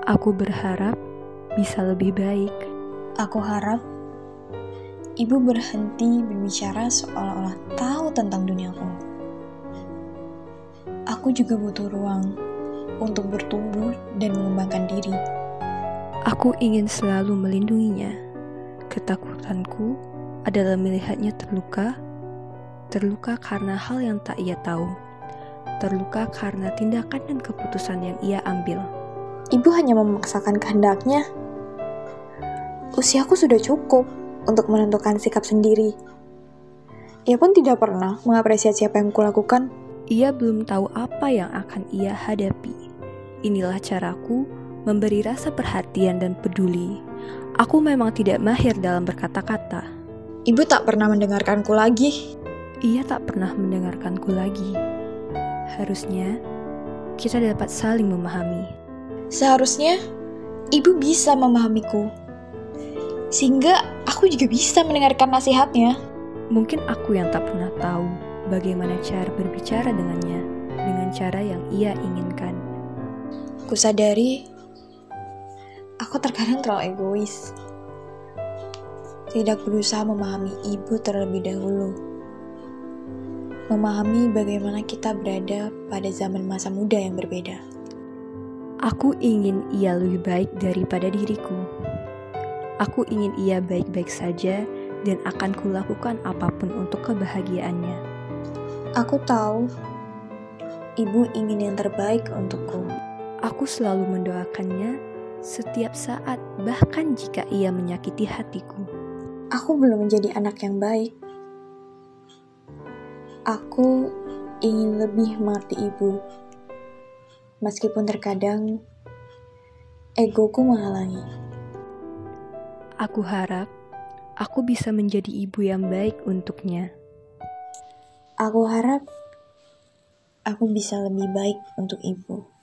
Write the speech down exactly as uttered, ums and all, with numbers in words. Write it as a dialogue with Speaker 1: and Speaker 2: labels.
Speaker 1: Aku berharap bisa lebih baik.
Speaker 2: Aku harap ibu berhenti berbicara seolah-olah tahu tentang duniaku. Aku juga butuh ruang untuk bertumbuh dan mengembangkan diri.
Speaker 1: Aku ingin selalu melindunginya. Ketakutanku adalah melihatnya terluka, terluka karena hal yang tak ia tahu, terluka karena tindakan dan keputusan yang ia ambil.
Speaker 2: Ibu hanya memaksakan kehendaknya. Usiaku sudah cukup untuk menentukan sikap sendiri. Ia pun tidak pernah mengapresiasi apa yang kulakukan.
Speaker 1: Ia belum tahu apa yang akan ia hadapi. Inilah caraku memberi rasa perhatian dan peduli. Aku memang tidak mahir dalam berkata-kata.
Speaker 2: Ibu tak pernah mendengarkanku lagi.
Speaker 1: Ia tak pernah mendengarkanku lagi. Harusnya kita dapat saling memahami.
Speaker 2: Seharusnya ibu bisa memahamiku, sehingga aku juga bisa mendengarkan nasihatnya.
Speaker 1: Mungkin aku yang tak pernah tahu bagaimana cara berbicara dengannya dengan cara yang ia inginkan.
Speaker 2: Kusadari aku terkadang terlalu egois. Tidak berusaha memahami ibu terlebih dahulu. Memahami bagaimana kita berada pada zaman masa muda yang berbeda.
Speaker 1: Aku ingin ia lebih baik daripada diriku. Aku ingin ia baik-baik saja dan akan kulakukan apapun untuk kebahagiaannya.
Speaker 2: Aku tahu ibu ingin yang terbaik untukku.
Speaker 1: Aku selalu mendoakannya setiap saat, bahkan jika ia menyakiti hatiku.
Speaker 2: Aku belum menjadi anak yang baik. Aku ingin lebih mengerti ibu. Meskipun terkadang egoku menghalangi.
Speaker 1: Aku harap aku bisa menjadi ibu yang baik untuknya.
Speaker 2: Aku harap aku bisa lebih baik untuk ibu.